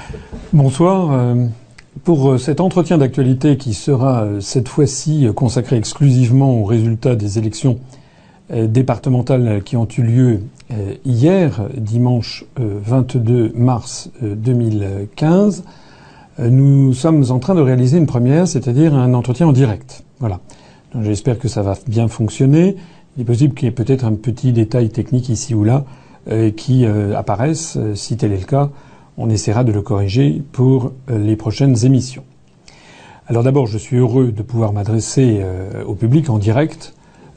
Bonsoir. Pour cet entretien d'actualité qui sera cette fois-ci consacré exclusivement aux résultats des élections départementales qui ont eu lieu hier, dimanche 22 mars 2015, nous sommes en train de réaliser une première, c'est-à-dire un entretien en direct. Voilà. Donc j'espère que ça va bien fonctionner. Il est possible qu'il y ait peut-être un petit détail technique ici ou là qui apparaissent. Si tel est le cas, on essaiera de le corriger pour les prochaines émissions. Alors d'abord, je suis heureux de pouvoir m'adresser au public en direct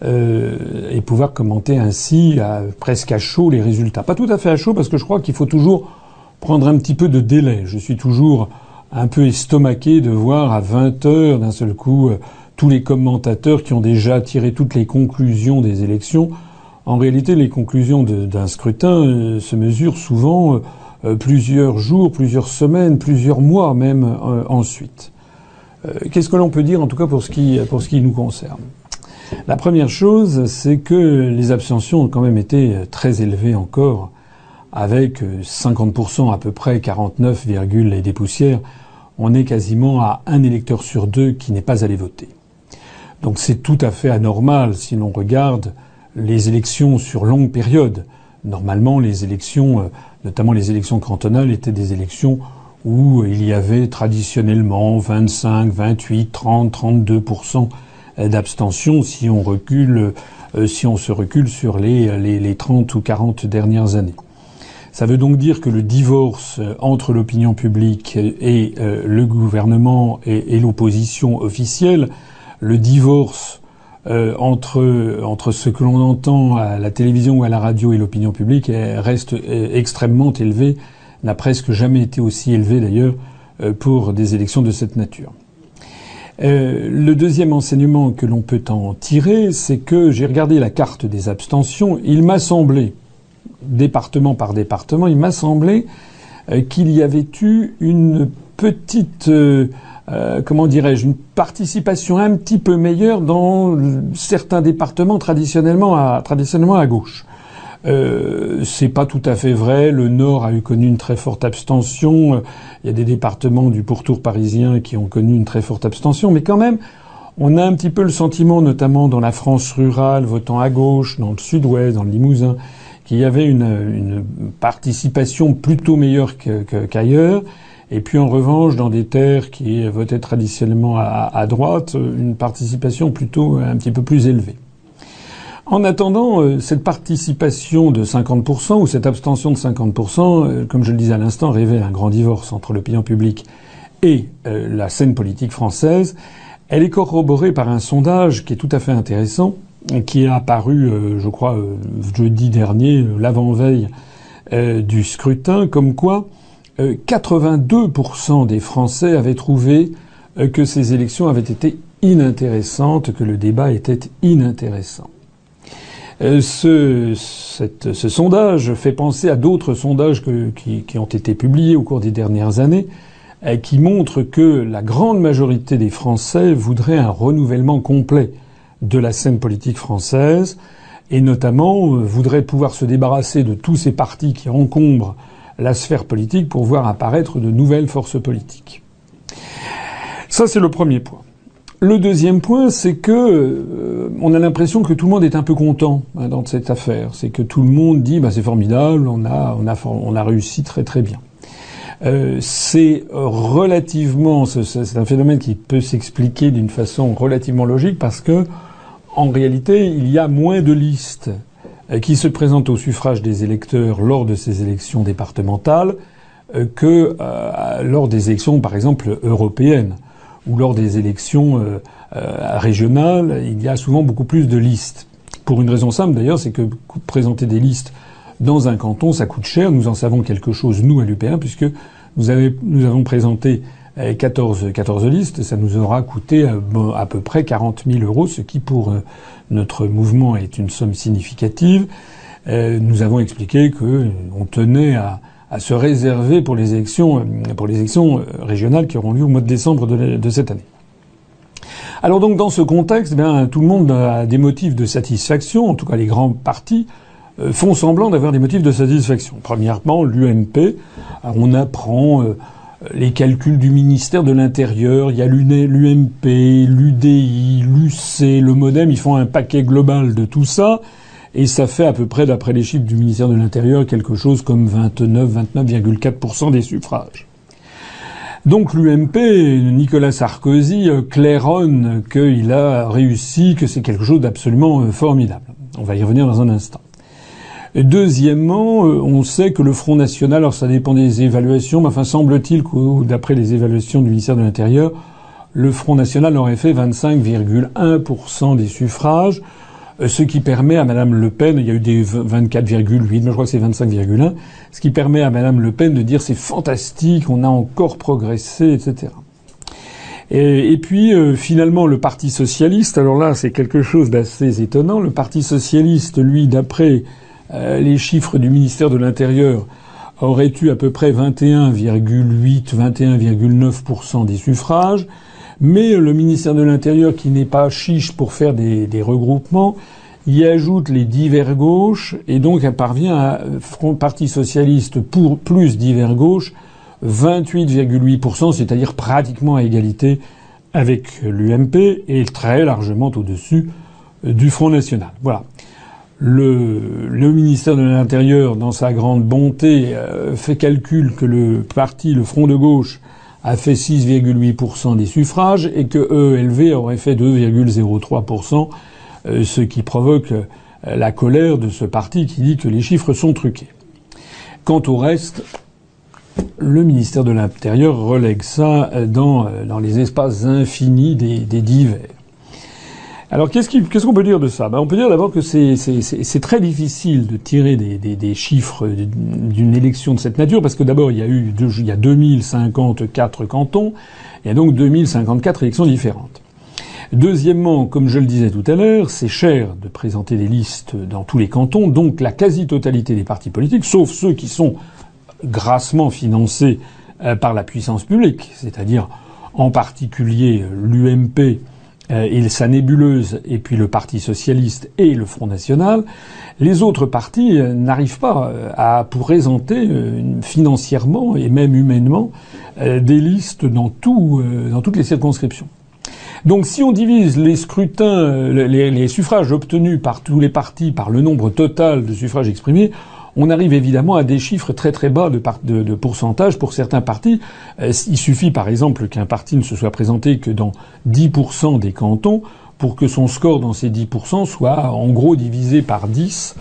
et pouvoir commenter ainsi presque à chaud les résultats. Pas tout à fait à chaud parce que je crois qu'il faut toujours prendre un petit peu de délai. Je suis toujours un peu estomaqué de voir à 20 heures d'un seul coup tous les commentateurs qui ont déjà tiré toutes les conclusions des élections. En réalité, les conclusions d'un scrutin se mesurent souvent plusieurs jours, plusieurs semaines, plusieurs mois même ensuite. Qu'est-ce que l'on peut dire en tout cas pour ce qui nous concerne? La première chose, c'est que les abstentions ont quand même été très élevées encore, avec 50% à peu près, 49, et des poussières. On est quasiment à un électeur sur deux qui n'est pas allé voter. Donc c'est tout à fait anormal si l'on regarde les élections sur longue période. Normalement, les élections, notamment les élections cantonales, étaient des élections où il y avait traditionnellement 25, 28, 30, 32% d'abstention si on se recule sur les 30 ou 40 dernières années. Ça veut donc dire que le divorce entre l'opinion publique et le gouvernement et l'opposition officielle, le divorce entre ce que l'on entend à la télévision ou à la radio et l'opinion publique reste extrêmement élevé, n'a presque jamais été aussi élevé d'ailleurs pour des élections de cette nature. Le deuxième enseignement que l'on peut en tirer, c'est que j'ai regardé la carte des abstentions. Il m'a semblé, département par département, il m'a semblé qu'il y avait eu une petite une participation un petit peu meilleure dans certains départements traditionnellement à gauche. C'est pas tout à fait vrai. Le Nord a connu une très forte abstention. Il y a des départements du pourtour parisien qui ont connu une très forte abstention. Mais quand même, on a un petit peu le sentiment, notamment dans la France rurale, votant à gauche, dans le sud-ouest, dans le Limousin, qu'il y avait une participation plutôt meilleure qu'ailleurs. Et puis en revanche, dans des terres qui votaient traditionnellement à droite, une participation plutôt un petit peu plus élevée. En attendant, cette participation de 50% ou cette abstention de 50%, comme je le disais à l'instant, révèle un grand divorce entre l'opinion publique et la scène politique française. Elle est corroborée par un sondage qui est tout à fait intéressant, qui est apparu, je crois, jeudi dernier, l'avant-veille du scrutin, comme quoi 82% des Français avaient trouvé que ces élections avaient été inintéressantes, que le débat était inintéressant. Ce sondage fait penser à d'autres sondages qui ont été publiés au cours des dernières années, qui montrent que la grande majorité des Français voudraient un renouvellement complet de la scène politique française, et notamment voudraient pouvoir se débarrasser de tous ces partis qui encombrent la sphère politique pour voir apparaître de nouvelles forces politiques. Ça, c'est le premier point. Le deuxième point, c'est que on a l'impression que tout le monde est un peu content dans cette affaire. C'est que tout le monde dit c'est formidable, on a réussi très très bien. C'est relativement, c'est un phénomène qui peut s'expliquer d'une façon relativement logique parce que en réalité, il y a moins de listes qui se présentent au suffrage des électeurs lors de ces élections départementales que lors des élections, par exemple, européennes ou lors des élections régionales. Il y a souvent beaucoup plus de listes. Pour une raison simple, d'ailleurs, c'est que présenter des listes dans un canton, ça coûte cher. Nous en savons quelque chose, nous, à l'UP1, puisque nous avons présenté 14 listes. Ça nous aura coûté à peu près 40 000 euros, ce qui, pour notre mouvement, est une somme significative. Nous avons expliqué qu'on tenait à se réserver pour les élections régionales qui auront lieu au mois de décembre de cette année. Alors donc, dans ce contexte, tout le monde a des motifs de satisfaction, en tout cas les grands partis font semblant d'avoir des motifs de satisfaction. Premièrement, l'UMP, on apprend les calculs du ministère de l'Intérieur, il y a l'UMP, l'UDI, l'UC, le MoDem, ils font un paquet global de tout ça, et ça fait à peu près, d'après les chiffres du ministère de l'Intérieur, quelque chose comme 29,4% des suffrages. Donc l'UMP, Nicolas Sarkozy, claironne qu'il a réussi, que c'est quelque chose d'absolument formidable. On va y revenir dans un instant. Et deuxièmement, on sait que le Front National, alors ça dépend des évaluations, mais enfin semble-t-il que d'après les évaluations du ministère de l'Intérieur, le Front National aurait fait 25,1% des suffrages, ce qui permet à Madame Le Pen, il y a eu des 24,8, mais je crois que c'est 25,1, ce qui permet à Madame Le Pen de dire c'est fantastique, on a encore progressé, etc. Et puis finalement le Parti socialiste, alors là c'est quelque chose d'assez étonnant, le Parti socialiste, lui, d'après les chiffres du ministère de l'Intérieur, aurait eu à peu près 21,9% des suffrages, mais le ministère de l'Intérieur, qui n'est pas chiche pour faire des regroupements, y ajoute les divers gauches, et donc elle parvient à Parti socialiste pour plus divers gauche, 28,8%, c'est-à-dire pratiquement à égalité avec l'UMP, et très largement au-dessus du Front National. Voilà. Le ministère de l'Intérieur, dans sa grande bonté, fait calcul que le Front de gauche, a fait 6,8% des suffrages et que EELV aurait fait 2,03%, ce qui provoque la colère de ce parti qui dit que les chiffres sont truqués. Quant au reste, le ministère de l'Intérieur relègue ça dans les espaces infinis des divers. Alors qu'est-ce qu'on peut dire de ça? On peut dire d'abord que c'est très difficile de tirer des chiffres d'une élection de cette nature, parce que d'abord il y a 2054 cantons, il y a donc 2054 élections différentes. Deuxièmement, comme je le disais tout à l'heure, c'est cher de présenter des listes dans tous les cantons, donc la quasi-totalité des partis politiques, sauf ceux qui sont grassement financés par la puissance publique, c'est-à-dire en particulier l'UMP et sa nébuleuse, et puis le Parti socialiste et le Front National, les autres partis n'arrivent pas à présenter financièrement et même humainement des listes dans toutes les circonscriptions. Donc si on divise les scrutins, les suffrages obtenus par tous les partis par le nombre total de suffrages exprimés, on arrive évidemment à des chiffres très très bas de pourcentage pour certains partis. Il suffit par exemple qu'un parti ne se soit présenté que dans 10% des cantons pour que son score dans ces 10% soit en gros divisé par 10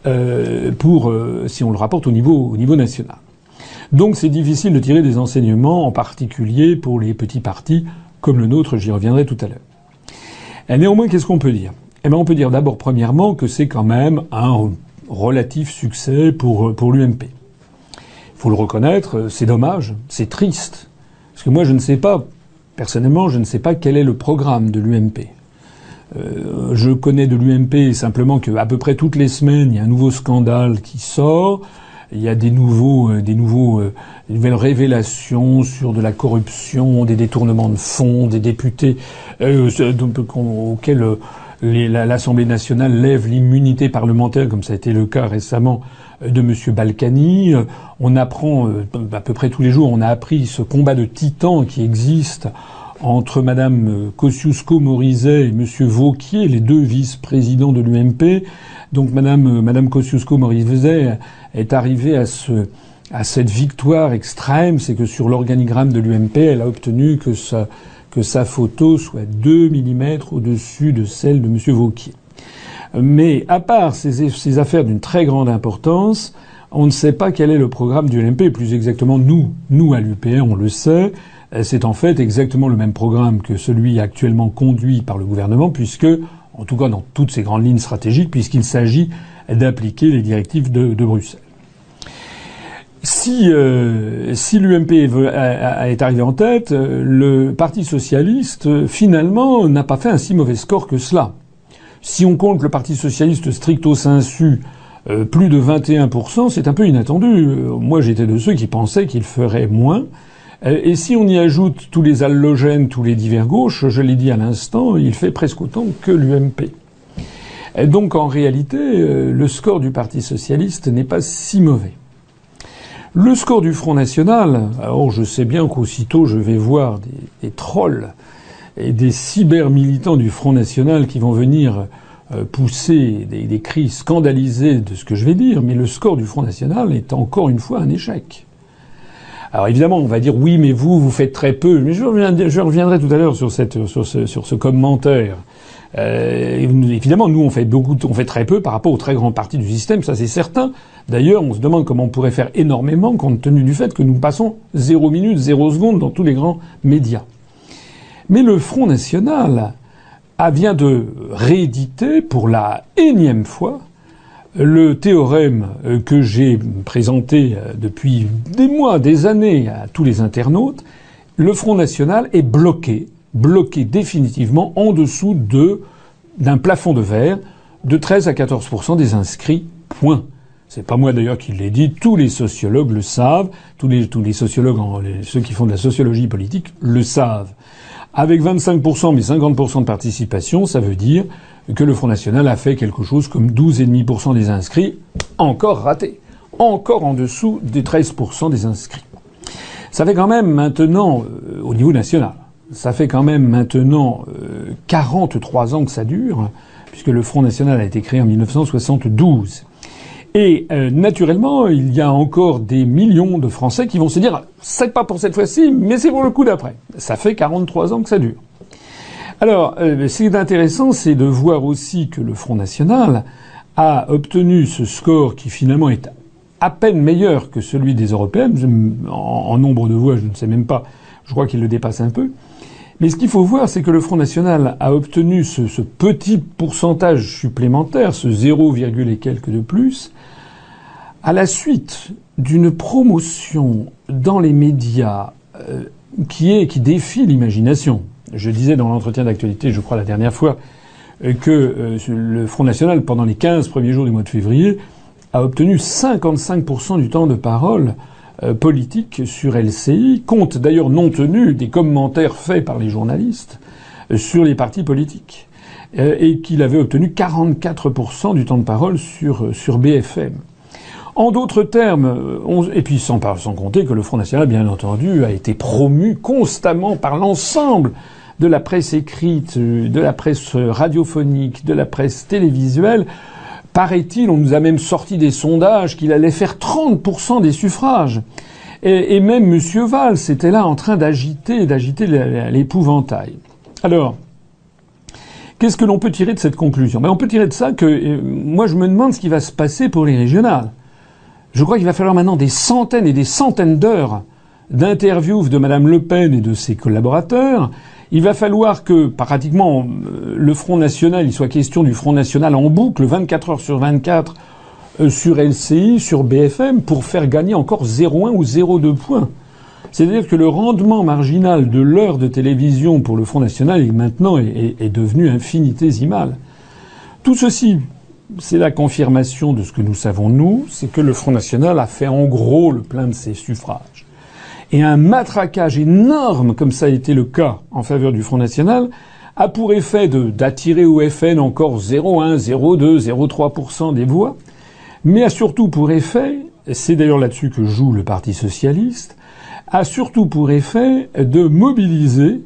si on le rapporte au niveau national. Donc c'est difficile de tirer des enseignements, en particulier pour les petits partis comme le nôtre, j'y reviendrai tout à l'heure. Et néanmoins, qu'est-ce qu'on peut dire? On peut dire d'abord premièrement que c'est quand même un relatif succès pour l'UMP. Il faut le reconnaître, c'est dommage, c'est triste. Parce que moi, je ne sais pas, personnellement, je ne sais pas quel est le programme de l'UMP. Je connais de l'UMP simplement qu'à peu près toutes les semaines, il y a un nouveau scandale qui sort. Il y a des nouvelles révélations sur de la corruption, des détournements de fonds, des députés auxquels l'Assemblée nationale lève l'immunité parlementaire, comme ça a été le cas récemment de M. Balkany. On apprend à peu près tous les jours, on a appris ce combat de titans qui existe entre Madame Kosciusko-Morizet et Monsieur Wauquiez, les deux vice-présidents de l'UMP. Donc Madame Kosciusko-Morizet est arrivée à cette victoire extrême, c'est que sur l'organigramme de l'UMP, elle a obtenu que sa photo soit 2 mm au-dessus de celle de Monsieur Wauquiez. Mais à part ces affaires d'une très grande importance, on ne sait pas quel est le programme du LMP. Plus exactement, nous à l'UPR, on le sait. C'est en fait exactement le même programme que celui actuellement conduit par le gouvernement, puisque, en tout cas dans toutes ses grandes lignes stratégiques, puisqu'il s'agit d'appliquer les directives de Bruxelles. Si l'UMP est arrivé en tête, le Parti socialiste, finalement, n'a pas fait un si mauvais score que cela. Si on compte le Parti socialiste stricto sensu, plus de 21%, c'est un peu inattendu. Moi, j'étais de ceux qui pensaient qu'il ferait moins. Et si on y ajoute tous les allogènes, tous les divers gauches, je l'ai dit à l'instant, il fait presque autant que l'UMP. Et donc, en réalité, le score du Parti socialiste n'est pas si mauvais. Le score du Front National, alors je sais bien qu'aussitôt je vais voir des trolls et des cyber-militants du Front National qui vont venir pousser des cris scandalisés de ce que je vais dire, mais le score du Front National est encore une fois un échec. Alors évidemment, on va dire oui, mais vous faites très peu. Mais je reviendrai tout à l'heure sur ce commentaire. Évidemment, nous on fait très peu par rapport aux très grands partis du système, ça c'est certain. D'ailleurs, on se demande comment on pourrait faire énormément compte tenu du fait que nous passons 0 minute, 0 seconde dans tous les grands médias. Mais le Front National vient de rééditer pour la énième fois le théorème que j'ai présenté depuis des mois, des années à tous les internautes. Le Front National est bloqué définitivement en dessous d'un plafond de verre de 13 à 14% des inscrits. Point. C'est pas moi d'ailleurs qui l'ai dit, tous les sociologues le savent, tous les sociologues, ceux qui font de la sociologie politique, le savent. Avec 25% mais 50% de participation, ça veut dire que le Front National a fait quelque chose comme 12,5% des inscrits, encore raté. Encore en dessous des 13% des inscrits. Ça fait quand même maintenant, au niveau national, ça fait quand même maintenant 43 ans que ça dure, puisque le Front National a été créé en 1972. Et naturellement, il y a encore des millions de Français qui vont se dire « c'est pas pour cette fois-ci, mais c'est pour le coup d'après ». Ça fait 43 ans que ça dure. Alors, ce qui est intéressant, c'est de voir aussi que le Front National a obtenu ce score qui finalement est à peine meilleur que celui des européennes. En nombre de voix, je ne sais même pas. Je crois qu'il le dépasse un peu. Mais ce qu'il faut voir, c'est que le Front National a obtenu ce petit pourcentage supplémentaire, ce 0, et quelques de plus, à la suite d'une promotion dans les médias qui défie l'imagination. Je disais dans l'entretien d'actualité, je crois la dernière fois, que le Front National, pendant les 15 premiers jours du mois de février, a obtenu 55% du temps de parole politique sur LCI, compte d'ailleurs non tenu des commentaires faits par les journalistes sur les partis politiques, et qu'il avait obtenu 44% du temps de parole sur BFM. En d'autres termes, et puis sans compter que le Front National, bien entendu, a été promu constamment par l'ensemble de la presse écrite, de la presse radiophonique, de la presse télévisuelle. Paraît-il, on nous a même sorti des sondages qu'il allait faire 30% des suffrages. Et même M. Valls était là en train d'agiter l'épouvantail. Alors, qu'est-ce que l'on peut tirer de cette conclusion? On peut tirer de ça que moi je me demande ce qui va se passer pour les régionales. Je crois qu'il va falloir maintenant des centaines et des centaines d'heures d'interviews de Mme Le Pen et de ses collaborateurs. Il va falloir que, pratiquement, le Front National, il soit question du Front National en boucle, 24 heures sur 24, sur LCI, sur BFM, pour faire gagner encore 0,1 ou 0,2 points. C'est-à-dire que le rendement marginal de l'heure de télévision pour le Front National est devenu infinitésimal. Tout ceci, c'est la confirmation de ce que nous savons, nous, c'est que le Front National a fait en gros le plein de ses suffrages. Et un matraquage énorme, comme ça a été le cas en faveur du Front National, a pour effet d'attirer au FN encore 0,1, 0,2, 0,3% des voix, mais a surtout pour effet, c'est d'ailleurs là-dessus que joue le Parti socialiste, a surtout pour effet de mobiliser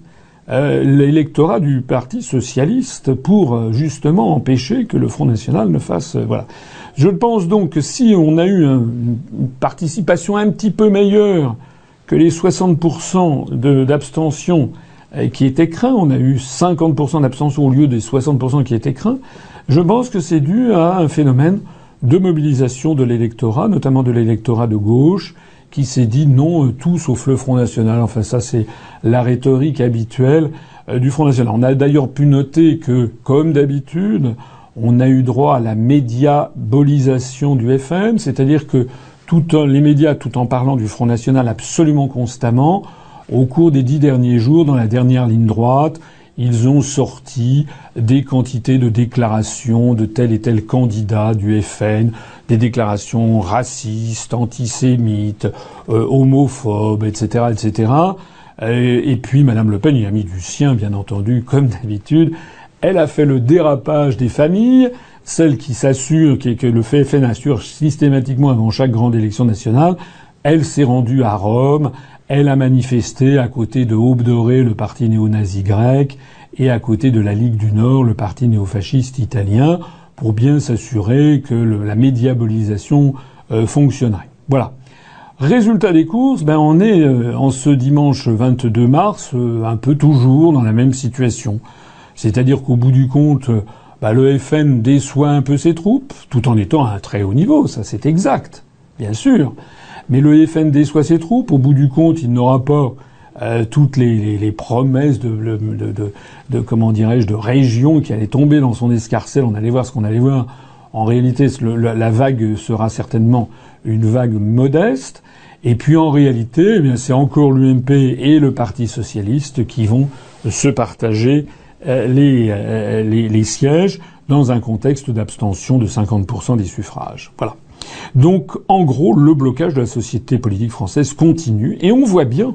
l'électorat du Parti socialiste pour justement empêcher que le Front National ne fasse... voilà. Je pense donc que si on a eu une participation un petit peu meilleure que les 60% d'abstention qui étaient craints, on a eu 50% d'abstention au lieu des 60% qui étaient craints, je pense que c'est dû à un phénomène de mobilisation de l'électorat, notamment de l'électorat de gauche, qui s'est dit non, tout sauf le Front National. Enfin, ça, c'est la rhétorique habituelle du Front National. On a d'ailleurs pu noter que, comme d'habitude, on a eu droit à la médiabolisation du FN, c'est-à-dire que les médias, tout en parlant du Front National absolument constamment, au cours des 10 derniers jours, dans la dernière ligne droite, ils ont sorti des quantités de déclarations de tel et tel candidat du FN, des déclarations racistes, antisémites, homophobes, etc., etc. Et puis Madame Le Pen y a mis du sien, bien entendu, comme d'habitude. Elle a fait le dérapage des familles, celle qui s'assure, que le FN assure systématiquement avant chaque grande élection nationale. Elle s'est rendue à Rome. Elle a manifesté à côté de Aube Dorée, le parti néo-nazi grec, et à côté de la Ligue du Nord, le parti néofasciste italien, pour bien s'assurer que la médiabolisation fonctionnerait. Voilà. Résultat des courses, on est en ce dimanche 22 mars un peu toujours dans la même situation. C'est-à-dire qu'au bout du compte, le FN déçoit un peu ses troupes, tout en étant à un très haut niveau, ça c'est exact, bien sûr. Mais le FN déçoit ses troupes, au bout du compte, il n'aura pas toutes les promesses de comment dirais-je, de régions qui allaient tomber dans son escarcelle. On allait voir ce qu'on allait voir. En réalité, la vague sera certainement une vague modeste. Et puis en réalité, c'est encore l'UMP et le Parti socialiste qui vont se partager les sièges dans un contexte d'abstention de 50% des suffrages. Voilà. Donc, en gros, le blocage de la société politique française continue. Et on voit bien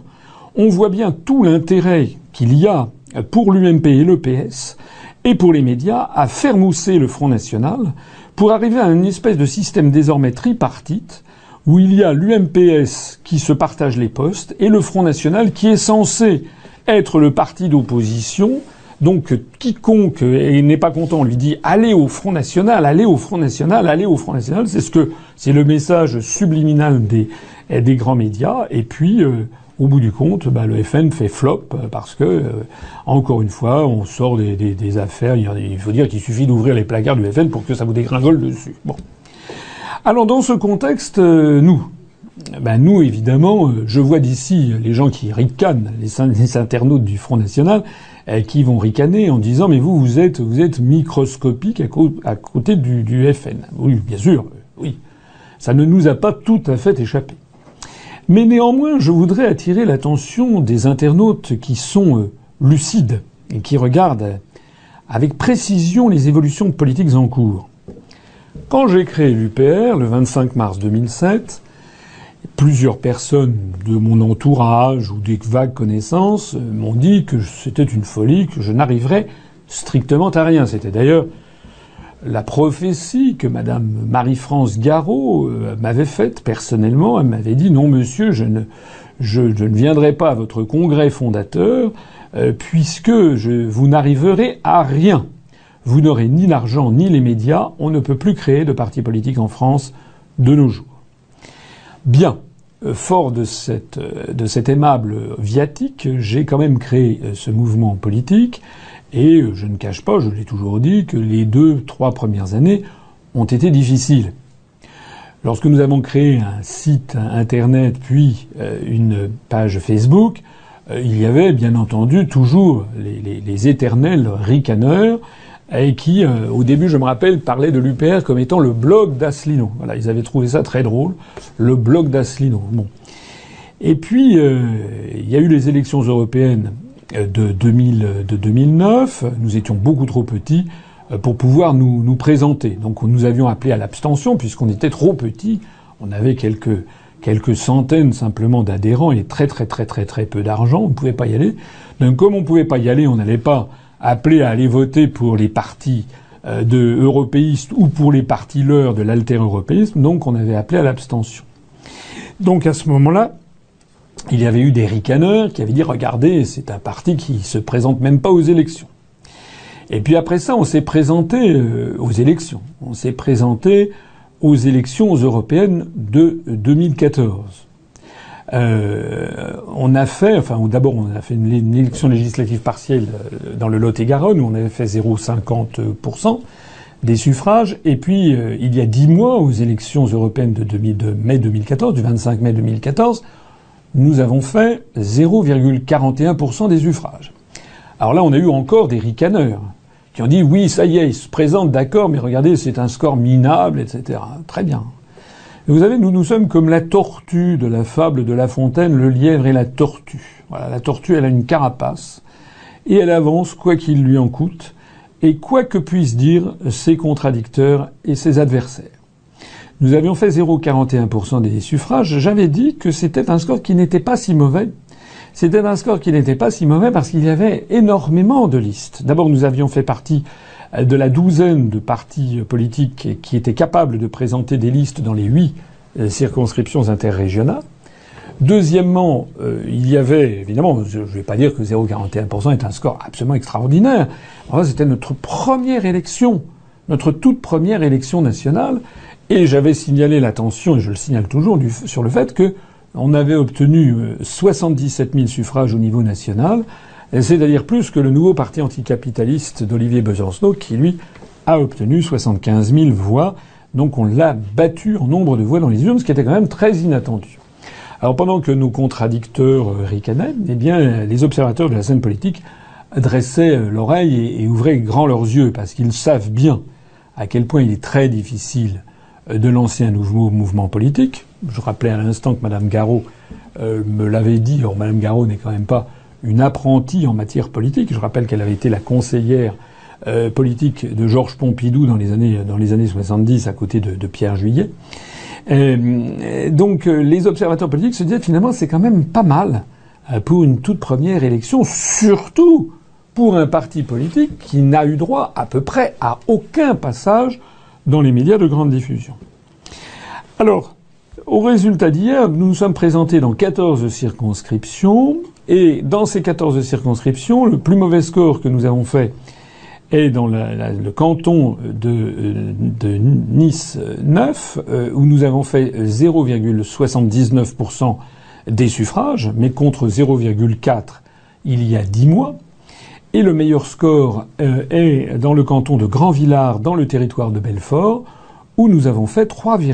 tout l'intérêt qu'il y a pour l'UMP et le PS et pour les médias à faire mousser le Front National pour arriver à une espèce de système désormais tripartite où il y a l'UMPS qui se partage les postes et le Front National qui est censé être le parti d'opposition. Donc quiconque n'est pas content, on lui dit allez au Front National, allez au Front National, allez au Front National. C'est le message subliminal des grands médias. Et puis au bout du compte, le FN fait flop parce que encore une fois, on sort des affaires. Il faut dire qu'il suffit d'ouvrir les placards du FN pour que ça vous dégringole dessus. Bon. Alors dans ce contexte, nous évidemment, je vois d'ici les gens qui ricanent, les internautes du Front National, qui vont ricaner en disant mais vous êtes microscopique à côté du FN. Oui, bien sûr, oui. Ça ne nous a pas tout à fait échappé. Mais néanmoins, je voudrais attirer l'attention des internautes qui sont lucides et qui regardent avec précision les évolutions politiques en cours. Quand j'ai créé l'UPR, le 25 mars 2007, plusieurs personnes de mon entourage ou des vagues connaissances m'ont dit que c'était une folie, que je n'arriverais strictement à rien. C'était d'ailleurs la prophétie que Madame Marie-France Garot m'avait faite personnellement. Elle m'avait dit « Non, monsieur, je ne viendrai pas à votre congrès fondateur puisque vous n'arriverez à rien. Vous n'aurez ni l'argent ni les médias. On ne peut plus créer de parti politique en France de nos jours. » Bien. Fort de cet aimable viatique, j'ai quand même créé ce mouvement politique et je ne cache pas, je l'ai toujours dit, que les 2-3 premières années ont été difficiles. Lorsque nous avons créé un site internet puis une page Facebook, il y avait bien entendu toujours les éternels ricaneurs et qui, au début, je me rappelle, parlaient de l'UPR comme étant le blog d'Asselineau. Voilà, ils avaient trouvé ça très drôle, le blog d'Asselineau. Bon. Et puis, il y a eu les élections européennes de 2009. Nous étions beaucoup trop petits pour pouvoir nous présenter. Donc, nous avions appelé à l'abstention puisqu'on était trop petits. On avait quelques centaines simplement d'adhérents et très peu d'argent. On ne pouvait pas y aller. Donc, comme on ne pouvait pas y aller, on n'allait pas appeler à aller voter pour les partis européistes ou pour les partis leurs de l'alter-européisme. Donc, on avait appelé à l'abstention. Donc, à ce moment-là, il y avait eu des ricaneurs qui avaient dit « Regardez, c'est un parti qui se présente même pas aux élections ». Et puis après ça, on s'est présenté aux élections. On s'est présenté aux élections européennes de 2014. On a fait une élection législative partielle dans le Lot-et-Garonne où on avait fait 0,50% des suffrages. Et puis, il y a 10 mois, aux élections européennes de mai 2014, du 25 mai 2014, nous avons fait 0,41% des suffrages. Alors là, on a eu encore des ricaneurs qui ont dit « Oui, ça y est, ils se présentent, d'accord, mais regardez, c'est un score minable, etc. » Très bien. Et vous savez, nous sommes comme la tortue de la fable de La Fontaine, le lièvre et la tortue. Voilà, la tortue, elle a une carapace, et elle avance quoi qu'il lui en coûte, et quoi que puissent dire ses contradicteurs et ses adversaires. Nous avions fait 0,41% des suffrages. J'avais dit que c'était un score qui n'était pas si mauvais. C'était un score qui n'était pas si mauvais parce qu'il y avait énormément de listes. D'abord, nous avions fait partie de la douzaine de partis politiques qui étaient capables de présenter des listes dans les 8 circonscriptions interrégionales. Deuxièmement, il y avait, évidemment, je ne vais pas dire que 0,41% est un score absolument extraordinaire. Enfin, c'était notre première élection, notre toute première élection nationale. Et j'avais signalé l'attention, et je le signale toujours, sur le fait que on avait obtenu 77 000 suffrages au niveau national, c'est-à-dire plus que le nouveau parti anticapitaliste d'Olivier Besancenot, qui, lui, a obtenu 75 000 voix. Donc on l'a battu en nombre de voix dans les urnes, ce qui était quand même très inattendu. Alors pendant que nos contradicteurs ricanaient, eh bien les observateurs de la scène politique dressaient l'oreille et ouvraient grand leurs yeux, parce qu'ils savent bien à quel point il est très difficile de lancer un nouveau mouvement politique. Je rappelais à l'instant que Madame Garot me l'avait dit. Or Madame Garot n'est quand même pas une apprentie en matière politique. Je rappelle qu'elle avait été la conseillère politique de Georges Pompidou dans les années 70 à côté de Pierre Juillet. Donc les observateurs politiques se disaient finalement c'est quand même pas mal pour une toute première élection, surtout pour un parti politique qui n'a eu droit à peu près à aucun passage dans les médias de grande diffusion. Alors, au résultat d'hier, nous nous sommes présentés dans 14 circonscriptions, et dans ces 14 circonscriptions, le plus mauvais score que nous avons fait est dans le canton de Nice 9, où nous avons fait 0,79% des suffrages, mais contre 0,4 il y a 10 mois. Et le meilleur score est dans le canton de Grand-Villard, dans le territoire de Belfort, où nous avons fait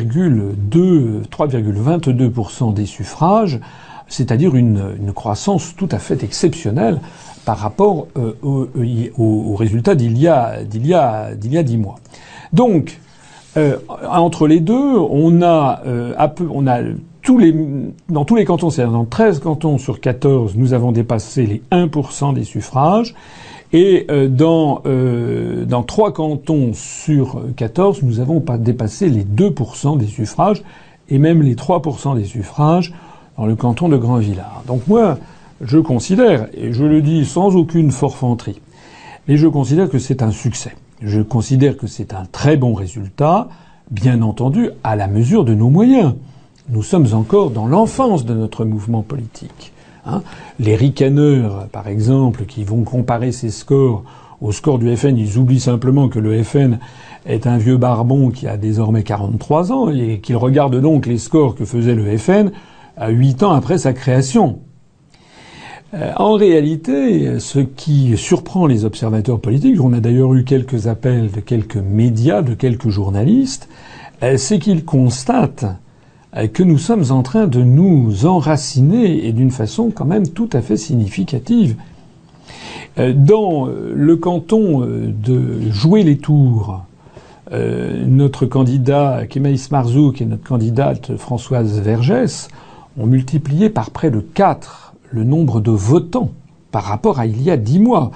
3,22% des suffrages, c'est-à-dire une croissance tout à fait exceptionnelle par rapport aux résultats d'il y a 10 mois. Donc, entre les deux, dans tous les cantons, c'est-à-dire dans 13 cantons sur 14, nous avons dépassé les 1% des suffrages. Et dans 3 cantons sur 14, nous avons pas dépassé les 2% des suffrages, et même les 3% des suffrages dans le canton de Grand-Villard. Donc moi, je considère, et je le dis sans aucune forfanterie, mais je considère que c'est un succès. Je considère que c'est un très bon résultat, bien entendu, à la mesure de nos moyens. Nous sommes encore dans l'enfance de notre mouvement politique. Les ricaneurs, par exemple, qui vont comparer ces scores au score du FN, ils oublient simplement que le FN est un vieux barbon qui a désormais 43 ans et qu'il regarde donc les scores que faisait le FN à 8 ans après sa création. En réalité, ce qui surprend les observateurs politiques, on a d'ailleurs eu quelques appels de quelques médias, de quelques journalistes, c'est qu'ils constatent que nous sommes en train de nous enraciner et d'une façon quand même tout à fait significative. Dans le canton de Joué-les-Tours, notre candidat Kemaïs Marzouk et notre candidate Françoise Vergès ont multiplié par près de 4 le nombre de votants par rapport à il y a 10 mois.